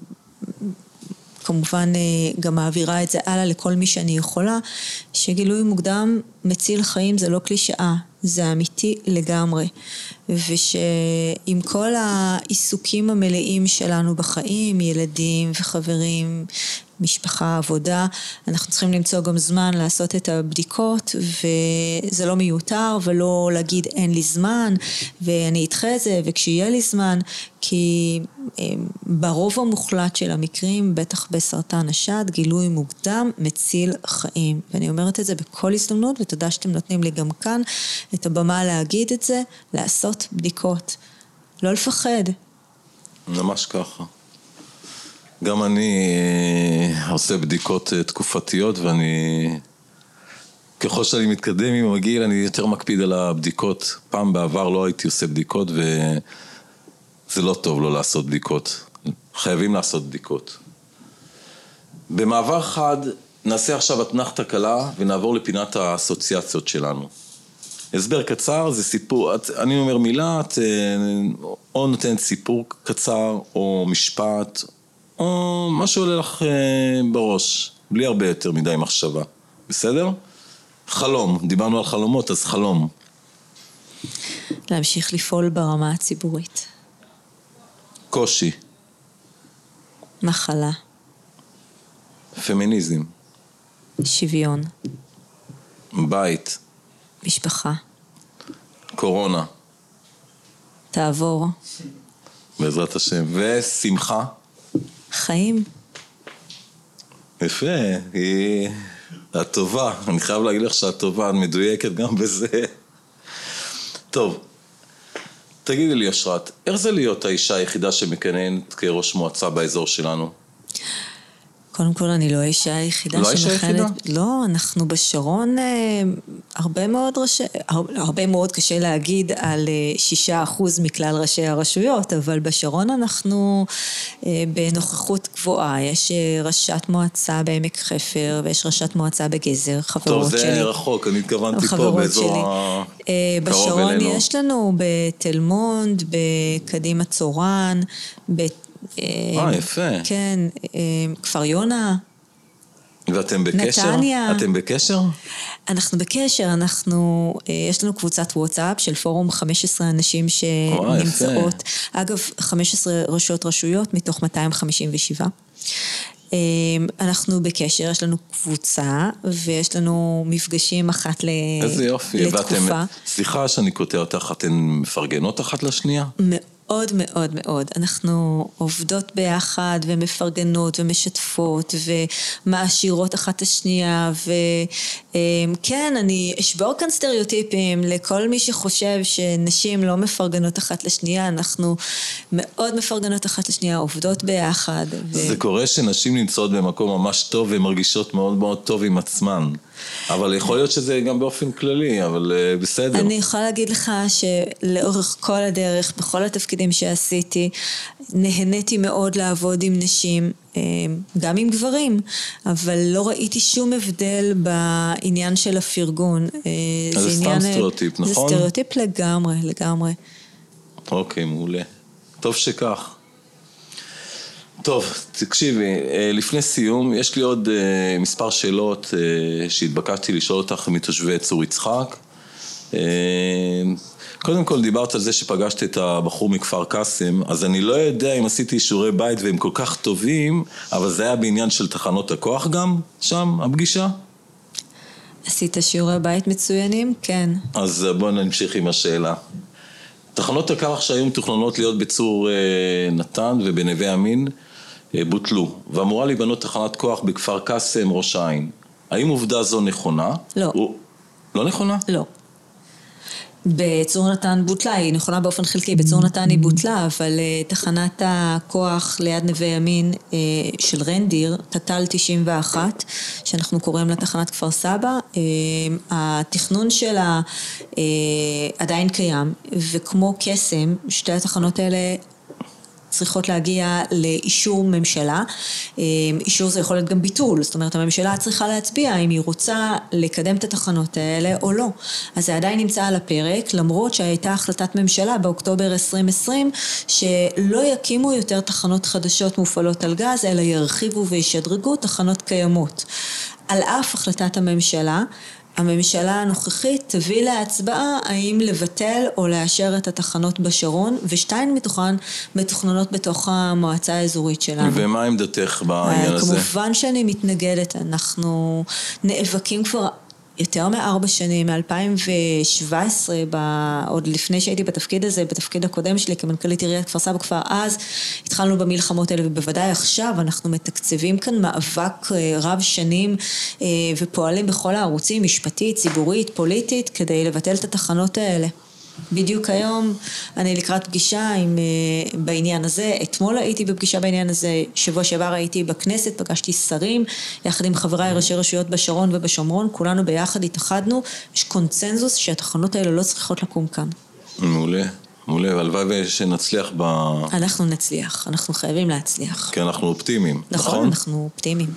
כמובן גם מעבירה את זה הלאה לכל מי שאני יכולה, שגילוי מוקדם מציל חיים זה לא קלישאה, זה אמיתי לגמרי, ושעם כל העיסוקים המלאים שלנו בחיים, ילדים וחברים, משפחה, עבודה, אנחנו צריכים למצוא גם זמן לעשות את הבדיקות, וזה לא מיותר, ולא להגיד אין לי זמן, ואני אתחה את זה, וכשיהיה לי זמן, כי ברוב המוחלט של המקרים, בטח בסרטן השד, גילוי מוקדם מציל חיים. ואני אומרת את זה בכל הזדמנות, ותודה שאתם נותנים לי גם כאן את הבמה להגיד את זה, לעשות בדיקות. לא לפחד. ממש ככה. גם אני עושה בדיקות תקופתיות, ואני, ככל שאני מתקדם עם הגיל, אני יותר מקפיד על הבדיקות. פעם בעבר לא הייתי עושה בדיקות, וזה לא טוב לא לעשות בדיקות. חייבים לעשות בדיקות. במעבר חד, נעשה עכשיו אתנחתא קלה, ונעבור לפינת האסוציאציות שלנו. הסבר קצר, זה סיפור, את, אני אומר מילה, את או נותנת סיפור קצר, או משפט, או מה שעולה לך בראש, בלי הרבה יותר מדי מחשבה. בסדר? חלום, דיברנו על חלומות, אז חלום. להמשיך לפעול ברמה הציבורית. קושי. מחלה. פמיניזם. שוויון. בית. משפחה. קורונה. תעבור. בעזרת השם. ושמחה. חיים. יפה, היא הטובה. אני חייב להגיד לך שהטובה, את מדויקת גם בזה. טוב, תגידי לי אשרת, איך זה להיות האישה היחידה שמכהנת כראש מועצה באזור שלנו? קודם כל, אני לא האישה היחידה לא האישה היחידה? לא, אנחנו בשרון, אה, הרבה מאוד ראשי, הרבה מאוד קשה להגיד על אה, שישה אחוז מכלל ראשי הרשויות, אבל בשרון אנחנו אה, בנוכחות גבוהה. יש אה, ראשת מועצה בעמק חפר, ויש ראשת מועצה בגזר, חברות שלי. טוב, זה רחוק, אני התכוונתי פה באזור הקרוב אה, בשרון אלינו. יש לנו בתל מונד, בקדימה צורן, ב... אה, יפה. כן, כפר יונה. ואתם בקשר? נתניה. אתם בקשר? אנחנו בקשר, אנחנו, יש לנו קבוצת וואטסאפ של פורום חמש עשרה אנשים שנמצאות. אגב, חמש עשרה ראשות רשויות מתוך מאתיים חמישים ושבע. אנחנו בקשר, יש לנו קבוצה, ויש לנו מפגשים אחת לתקופה. איזה יופי. ואתם, סליחה שאני קוטע אותך, אתן מפרגנות אחת לשנייה? מאוד מאוד מאוד. אנחנו עובדות ביחד ומפרגנות ומשתפות ומעשירות אחת השנייה, וכן, אני אשבור כאן סטריאוטיפים לכל מי שחושב שנשים לא מפרגנות אחת לשנייה. אנחנו מאוד מפרגנות אחת לשנייה, עובדות ביחד. זה קורה שנשים נמצאות במקום ממש טוב ומרגישות מאוד מאוד טוב עם עצמן. אבל יכול להיות שזה גם באופן כללי, אבל uh, בסדר. אני יכולה להגיד לך שלאורך כל הדרך, בכל התפקידים שעשיתי, נהניתי מאוד לעבוד עם נשים, גם עם גברים, אבל לא ראיתי שום הבדל בעניין של הפרגון. אז זה סתם סטריאוטיפ, נכון? זה סטריאוטיפ לגמרי, לגמרי. אוקיי, מעולה. טוב שכך. טוב, תקשיבי, לפני סיום, יש לי עוד מספר שאלות שהתבקשתי לשאול אותך מתושבי צור יצחק. קודם כל דיברת על זה שפגשת את הבחור מכפר קאסם, אז אני לא יודע אם עשיתי שיעורי בית והם כל כך טובים, אבל זה היה בעניין של תחנות הכוח גם, שם, הפגישה? עשית שיעורי בית מצוינים? כן. אז בואו נמשיך עם השאלה. תחנות הכוח שהיו מתוכננות להיות בצור נתן ובנווה אמין, בוטלו, ואמורה להיבנות תחנת כוח בכפר קאסם, ראש העין. האם עובדה זו נכונה? לא. או... לא נכונה? לא. בצור נתן בוטלה, היא נכונה באופן חלקי, בצור נתן היא בוטלה, אבל תחנת הכוח ליד נווה ימין של רנדיר, תת"ל תשעים ואחת, שאנחנו קוראים לה תחנת כפר סבא, התכנון שלה עדיין קיים, וכמו קסם, שתי התחנות האלה צריכות להגיע לאישור ממשלה. אישור זה יכול להיות גם ביטול, זאת אומרת הממשלה צריכה להצביע אם היא רוצה לקדם את התחנות האלה או לא. אז זה עדיין נמצא על הפרק, למרות שהייתה החלטת ממשלה באוקטובר עשרים עשרים שלא יקימו יותר תחנות חדשות מופעלות על גז, אלא ירחיבו וישדרגו תחנות קיימות. על אף החלטת הממשלה, הממשלה הנוכחית תביא להצבעה האם לבטל או לאשר את התחנות בשרון, ושתיים מתוכן מתוכננות בתוך המועצה האזורית שלנו. ומה עמדתך בעניין הזה? כמובן שאני מתנגדת, אנחנו נאבקים כבר יותר מארבע שנים, מ-אלפיים שבע עשרה, עוד לפני שהייתי בתפקיד הזה, בתפקיד הקודם שלי כמנכ"לית עיריית כפר סבא, כבר אז התחלנו במלחמות האלה, ובוודאי עכשיו אנחנו מתקצבים כאן מאבק רב שנים, ופועלים בכל הערוצים, משפטית, ציבורית, פוליטית, כדי לבטל את התחנות האלה. בדיוק היום אני לקראת פגישה עם, בעניין הזה, אתמול הייתי בפגישה בעניין הזה, שבוע שעבר הייתי בכנסת, פגשתי שרים, יחד עם חבריי ראשי רשויות בשרון ובשומרון, כולנו ביחד התאחדנו, יש קונצנזוס שהתחנות האלה לא צריכות לקום כאן. מעולה, מעולה, והלוואי שנצליח ב... אנחנו נצליח, אנחנו חייבים להצליח. כי אנחנו אופטימיים, נכון? נכון? אנחנו אופטימיים.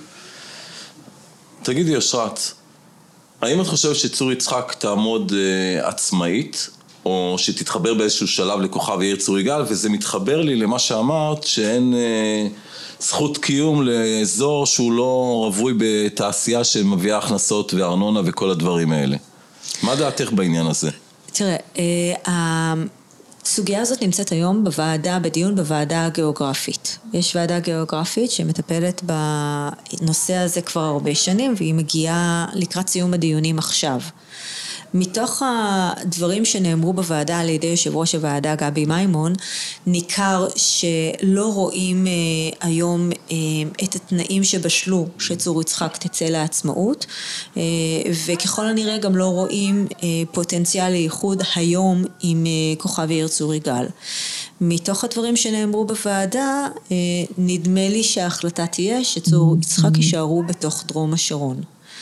תגידי אשרת, האם את חושבת שצור יצחק תעמוד uh, עצמאית, או שתתחבר באיזשהו שלב לכוכב העיר צור יגאל, וזה מתחבר לי למה שאמרת, שאין אה, זכות קיום לאזור שהוא לא רווי בתעשייה שמביאה הכנסות וארנונה וכל הדברים האלה. מה דעתך בעניין הזה? תראה, אה, הסוגיה הזאת נמצאת היום בוועדה, בדיון בוועדה הגיאוגרפית. יש ועדה גיאוגרפית שמטפלת בנושא הזה כבר הרבה שנים, והיא מגיעה לקראת סיום הדיונים עכשיו. מתוך הדברים שנאמרו בוועדה על ידי יושב ראש הוועדה גבי מימון, ניכר שלא רואים היום את התנאים שבשלו שצור יצחק תצא לעצמאות, וככל הנראה גם לא רואים פוטנציאל לייחוד היום עם כוכב העיר צור יגאל. מתוך הדברים שנאמרו בוועדה, נדמה לי שההחלטה תהיה שצור יצחק יישארו בתוך דרום השרון.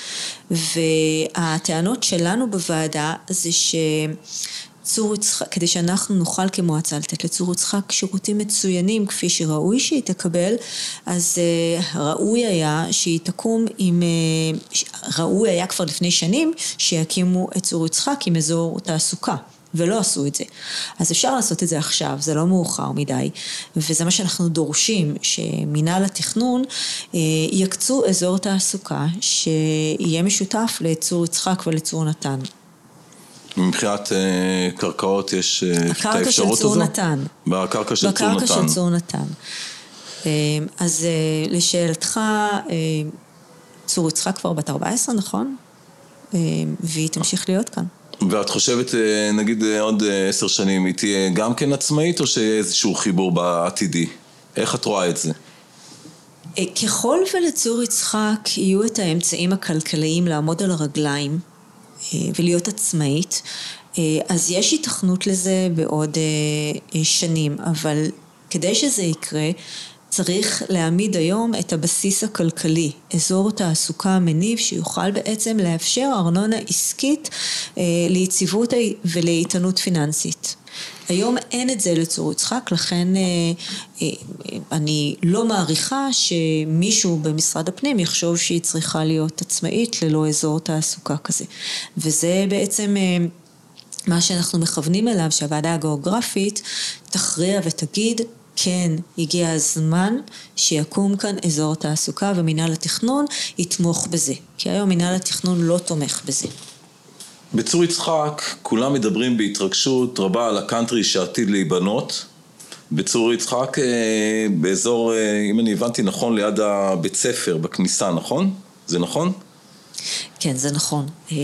והטענות שלנו בוועדה זה שצור יצחק, כדי שאנחנו נוכל כמועצה לתת לצור יצחק שירותים מצוינים כפי שראוי שהיא תקבל, אז ראוי היה שהיא תקום עם, ראוי היה כבר לפני שנים שיקימו את צור יצחק עם אזור תעסוקה. ולא עשו את זה. אז אפשר לעשות את זה עכשיו, זה לא מאוחר מדי, וזה מה שאנחנו דורשים, שמינהל התכנון יקצו אזור תעסוקה שיהיה משותף לצור יצחק ולצור נתן. מבחינת קרקעות יש את האפשרות הזו? הקרקע של צור נתן. בקרקע של צור נתן. בקרקע של צור נתן. אז לשאלתך, צור יצחק כבר בת ארבע עשרה, נכון? והיא תמשיך להיות כאן. ואת חושבת, נגיד עוד עשר שנים, היא תהיה גם כן עצמאית, או שיהיה איזשהו חיבור בעתידי? איך את רואה את זה? ככל ולצור יצחק יהיו את האמצעים הכלכליים לעמוד על הרגליים ולהיות עצמאית, אז יש התכנות לזה בעוד שנים, אבל כדי שזה יקרה, צריך להעמיד היום את הבסיס הכלכלי, אזור תעסוקה מניב שיוכל בעצם לאפשר ארנונה עסקית אה, ליציבות ולאיתנות פיננסית. היום אין את זה לצור יצחק, לכן אה, אה, אני לא מעריכה שמישהו במשרד הפנים יחשוב שהיא צריכה להיות עצמאית ללא אזור תעסוקה כזה. וזה בעצם אה, מה שאנחנו מכוונים אליו, שהוועדה הגיאוגרפית תכריע ותגיד, כן, הגיע הזמן שיקום כאן אזור תעסוקה ומינהל התכנון יתמוך בזה, כי היום מינהל התכנון לא תומך בזה. בצור יצחק כולם מדברים בהתרגשות רבה על הקאנטרי שעתיד להיבנות. בצור יצחק באזור, אם אני הבנתי נכון, ליד הבית ספר בכניסה, נכון? זה נכון? כן, זה נכון.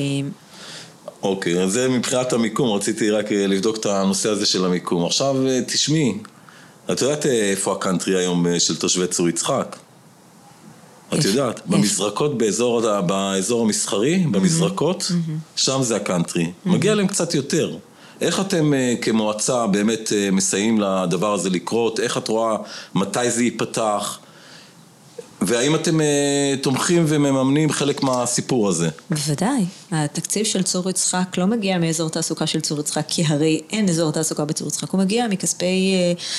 אוקיי, אז זה מבחינת המיקום, רציתי רק לבדוק את הנושא הזה של המיקום. עכשיו תשמעי, את יודעת איפה הקאנטרי היום של תושבי צור יצחק? את יודעת, במזרקות באזור, באזור המסחרי, במזרקות, שם זה הקאנטרי. מגיע להם קצת יותר. איך אתם כמועצה באמת מסייעים לדבר הזה לקרות? איך את רואה מתי זה ייפתח? והאם אתם תומכים ומממנים חלק מהסיפור הזה? בוודאי. התקציב של צור יצחק לא מגיע מאזור תעסוקה של צור יצחק, כי הרי אין אזור תעסוקה בצור יצחק. הוא מגיע מכספי,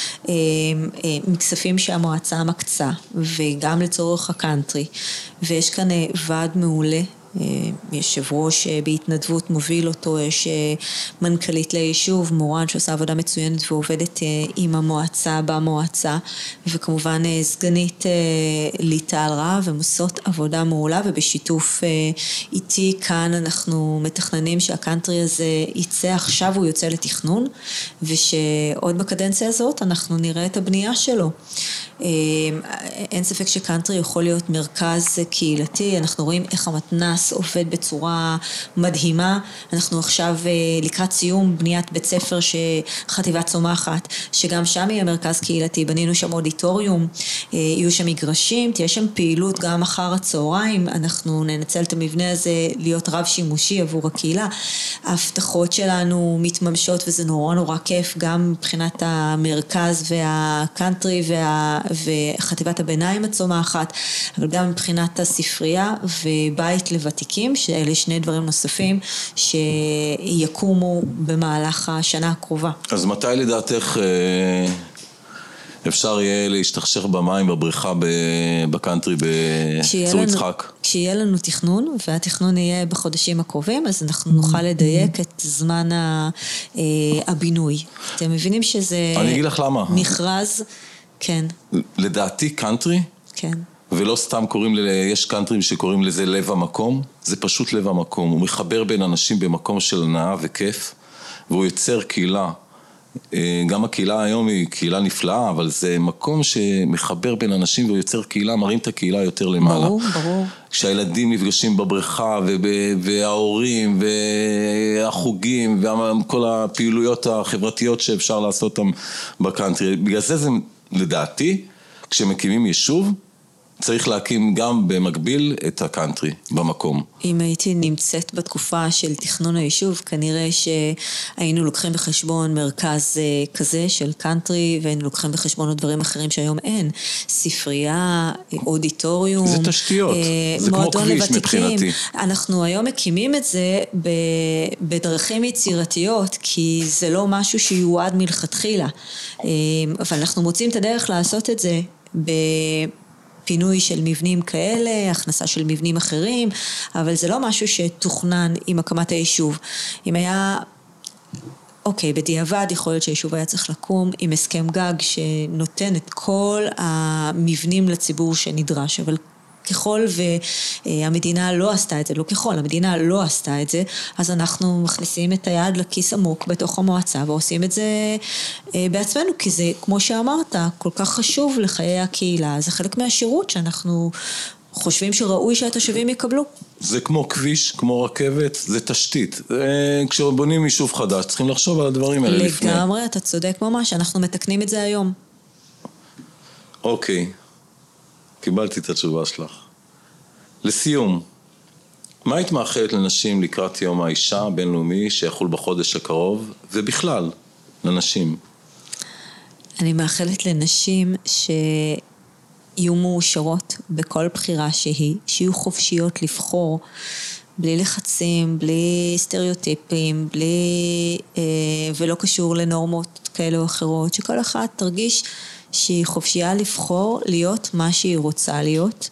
מכספים שהמועצה מקצה, וגם לצורך הקאנטרי. ויש כאן ועד מעולה. יושב ראש בהתנדבות מוביל אותו, יש מנכ"לית ליישוב, מורן שעושה עבודה מצוינת ועובדת עם המועצה במועצה, וכמובן סגנית ליטל רב, הם עושות עבודה מעולה, ובשיתוף איתי כאן אנחנו מתכננים שהקאנטרי הזה יצא עכשיו, הוא יוצא לתכנון, ושעוד בקדנציה הזאת אנחנו נראה את הבנייה שלו. אין ספק שקאנטרי יכול להיות מרכז קהילתי, אנחנו רואים איך המתנ"ס עובד בצורה מדהימה, אנחנו עכשיו לקראת סיום בניית בית ספר שחטיבה צומחת, שגם שם יהיה מרכז קהילתי, בנינו שם אודיטוריום, יהיו שם מגרשים, תהיה שם פעילות גם אחר הצהריים, אנחנו ננצל את המבנה הזה להיות רב שימושי עבור הקהילה, ההבטחות שלנו מתממשות וזה נורא נורא כיף, גם מבחינת המרכז והקאנטרי וה... וחטיבת הביניים הצומחת, אבל גם מבחינת הספרייה ובית לוותיקים, שאלה שני דברים נוספים שיקומו במהלך השנה הקרובה. אז מתי לדעתך אפשר יהיה להשתכשך במים בבריכה בקאנטרי בצור יצחק? כשיהיה לנו תכנון, והתכנון יהיה בחודשים הקרובים, אז אנחנו נוכל לדייק את זמן הבינוי. אתם מבינים שזה... אני אגיד לך למה. מכרז... כן. לדעתי קאנטרי, כן. ולא סתם קוראים, יש קאנטרים שקוראים לזה לב המקום, זה פשוט לב המקום, הוא מחבר בין אנשים במקום של הנאה וכיף, והוא יוצר קהילה גם הקהילה היום היא קהילה נפלאה, אבל זה מקום שמחבר בין אנשים ויוצר קהילה, מרים את הקהילה יותר למעלה. ברור, ברור. כשהילדים נפגשים בבריכה, וההורים, והחוגים, וכל הפעילויות החברתיות שאפשר לעשות אותם בקאנטרי. בגלל זה זה, לדעתי, כשמקימים יישוב, צריך להקים גם במקביל את הקאנטרי במקום. אם הייתי נמצאת בתקופה של תכנון היישוב, כנראה שהיינו לוקחים בחשבון מרכז כזה של קאנטרי, והיינו לוקחים בחשבון עוד דברים אחרים שהיום אין. ספרייה, אודיטוריום. זה תשתיות, זה כמו כביש מבחינתי. אנחנו היום מקימים את זה בדרכים יצירתיות, כי זה לא משהו שיועד מלכתחילה. אבל אנחנו מוצאים את הדרך לעשות את זה ב... פינוי של מבנים כאלה, הכנסה של מבנים אחרים, אבל זה לא משהו שתוכנן עם הקמת היישוב. אם היה, אוקיי, בדיעבד יכול להיות שהיישוב היה צריך לקום עם הסכם גג שנותן את כל המבנים לציבור שנדרש, אבל ככל והמדינה לא עשתה את זה, לא ככל, המדינה לא עשתה את זה, אז אנחנו מכניסים את היד לכיס עמוק בתוך המועצה, ועושים את זה בעצמנו, כי זה, כמו שאמרת, כל כך חשוב לחיי הקהילה, זה חלק מהשירות שאנחנו חושבים שראוי שהתושבים יקבלו. זה כמו כביש, כמו רכבת, זה תשתית. כשבונים יישוב חדש, צריכים לחשוב על הדברים האלה לפני. לגמרי, אתה צודק ממש, אנחנו מתקנים את זה היום. אוקיי. קיבלתי את התשובה שלך. לסיום, מה היית מאחלת לנשים לקראת יום האישה הבינלאומי שיחול בחודש הקרוב, ובכלל, לנשים? אני מאחלת לנשים שיהיו מאושרות בכל בחירה שהיא, שיהיו חופשיות לבחור, בלי לחצים, בלי סטריאוטיפים, בלי, אה, ולא קשור לנורמות כאלה או אחרות, שכל אחת תרגיש שהיא חופשייה לבחור להיות מה שהיא רוצה להיות,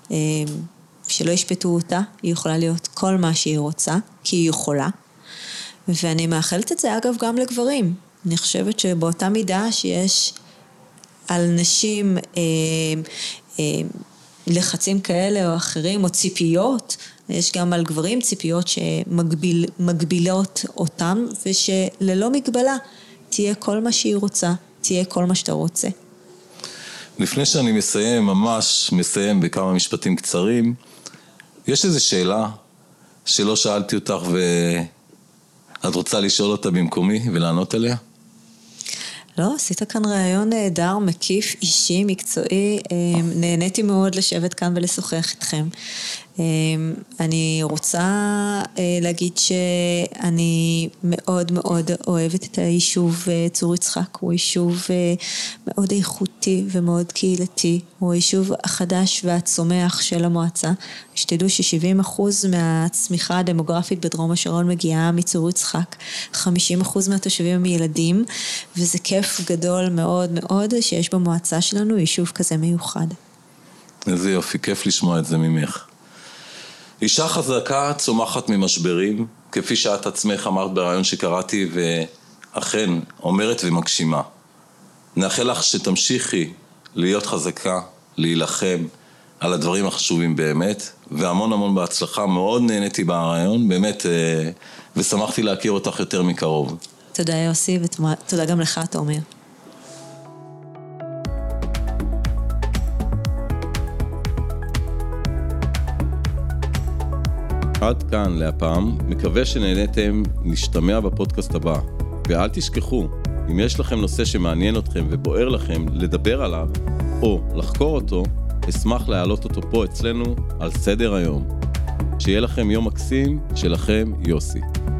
שלא ישפטו אותה, היא יכולה להיות כל מה שהיא רוצה, כי היא יכולה, ואני מאחלת את זה אגב גם לגברים. אני חושבת שבאותה מידה שיש על נשים אה, אה, לחצים כאלה או אחרים, או ציפיות, יש גם על גברים ציפיות שמגבילות אותם, ושללא מגבלה תהיה כל מה שהיא רוצה, תהיה כל מה שאתה רוצה. לפני שאני מסיים, ממש מסיים בכמה משפטים קצרים, יש איזו שאלה שלא שאלתי אותך ואת רוצה לשאול אותה במקומי ולענות עליה? לא, עשית כאן רעיון נהדר, מקיף, אישי, מקצועי, נהניתי מאוד לשבת כאן ולשוחח איתכם. אני רוצה להגיד שאני מאוד מאוד אוהבת את היישוב צור יצחק, הוא יישוב מאוד איכותי ומאוד קהילתי, הוא היישוב החדש והצומח של המועצה. שתדעו ש-שבעים אחוז מהצמיחה הדמוגרפית בדרום השרון מגיעה מצור יצחק, חמישים אחוז מהתושבים הם ילדים, וזה כיף גדול מאוד מאוד שיש במועצה שלנו יישוב כזה מיוחד. איזה יופי, כיף לשמוע את זה ממך. אישה חזקה צומחת ממשברים, כפי שאת עצמך אמרת ברעיון שקראתי, ואכן אומרת ומגשימה. נאחל לך שתמשיכי להיות חזקה, להילחם על הדברים החשובים באמת, והמון המון בהצלחה. מאוד נהניתי ברעיון, באמת, ושמחתי להכיר אותך יותר מקרוב. תודה יוסי, ותודה גם לך, תומר. עד כאן להפעם, מקווה שנהניתם, נשתמע בפודקאסט הבא. ואל תשכחו, אם יש לכם נושא שמעניין אתכם ובוער לכם לדבר עליו, או לחקור אותו, אשמח להעלות אותו פה אצלנו על סדר היום. שיהיה לכם יום מקסים, שלכם יוסי.